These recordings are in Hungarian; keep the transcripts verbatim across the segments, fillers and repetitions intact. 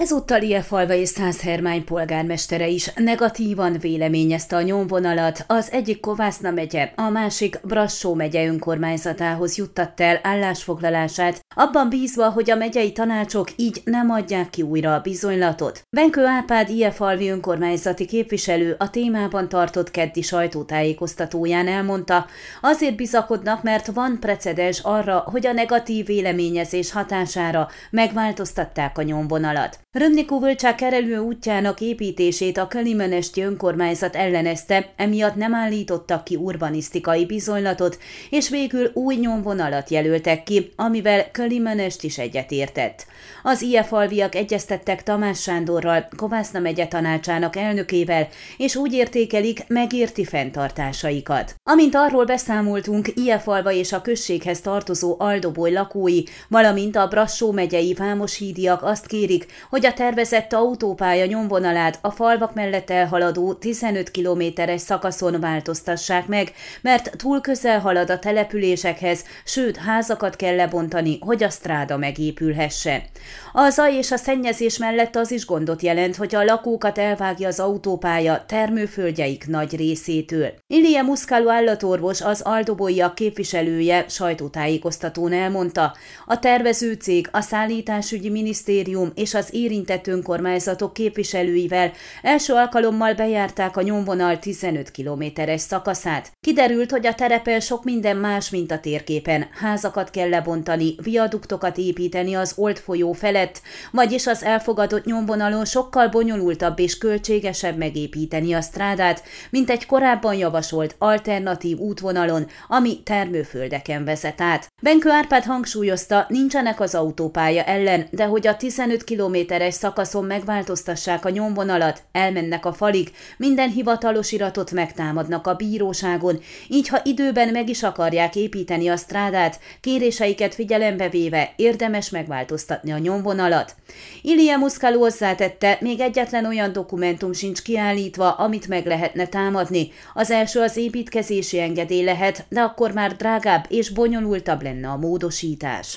Ezúttal Ilyenfalva Szászhermány polgármestere is negatívan véleményezte a nyomvonalat, az egyik Kovászna megye, a másik Brassó megye önkormányzatához juttatta el állásfoglalását, abban bízva, hogy a megyei tanácsok így nem adják ki újra a bizonylatot. Benkő Árpád ilyenfalvi önkormányzati képviselő a témában tartott keddi sajtótájékoztatóján elmondta, azért bizakodnak, mert van precedens arra, hogy a negatív véleményezés hatására megváltoztatták a nyomvonalat. Römnikó-Völcsák kerelő útjának építését a Kölimenesti önkormányzat ellenezte, emiatt nem állítottak ki urbanisztikai bizonylatot, és végül új nyomvonalat jelöltek ki, amivel Kölimenest is egyetértett. Az ilyenfalviak egyeztettek Tamás Sándorral, Kovászna megye tanácsának elnökével, és úgy értékelik, megérti fenntartásaikat. Amint arról beszámoltunk, Ilyenfalva és a községhez tartozó Aldoboly lakói, valamint a Brassó megyei vámoshídiak azt kérik, hogy a tervezett autópálya nyomvonalát a falvak mellett elhaladó tizenöt kilométeres szakaszon változtassák meg, mert túl közel halad a településekhez, sőt házakat kell lebontani, hogy a stráda megépülhessen. A zaj és a szennyezés mellett az is gondot jelent, hogy a lakókat elvágja az autópálya termőföldjeik nagy részétől. Ilie Muszkálu állatorvos, az aldobolyiak képviselője sajtótájékoztatón elmondta, a tervező cég, a szállításügyi minisztérium és az érintett önkormányzatok képviselőivel első alkalommal bejárták a nyomvonal tizenöt kilométeres szakaszát. Kiderült, hogy a terepen sok minden más, mint a térképen. Házakat kell lebontani, viaduktokat építeni az Old folyó felett, vagyis az elfogadott nyomvonalon sokkal bonyolultabb és költségesebb megépíteni a strádát, mint egy korábban javasolt alternatív útvonalon, ami termőföldeken vezet át. Benkő Árpád hangsúlyozta, nincsenek az autópálya ellen, de hogy a tizenöt kilométeres szakaszon megváltoztassák a nyomvonalat, elmennek a falig, minden hivatalos iratot megtámadnak a bíróságon, így ha időben meg is akarják építeni a strádát, kéréseiket figyelembe véve érdemes megváltoztatni a nyomvonalat. Ilie Muszkálu hozzátette, még egyetlen olyan dokumentum sincs kiállítva, amit meg lehetne támadni. Az első az építkezési engedély lehet, de akkor már drágább és bonyolultabb lenne a módosítás.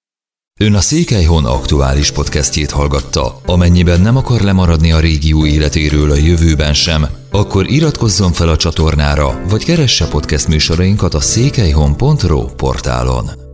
Ön a Székelyhon aktuális podcastjét hallgatta. Amennyiben nem akar lemaradni a régió életéről a jövőben sem, akkor iratkozzon fel a csatornára, vagy keresse podcast műsorainkat a székelyhon pont ro portálon.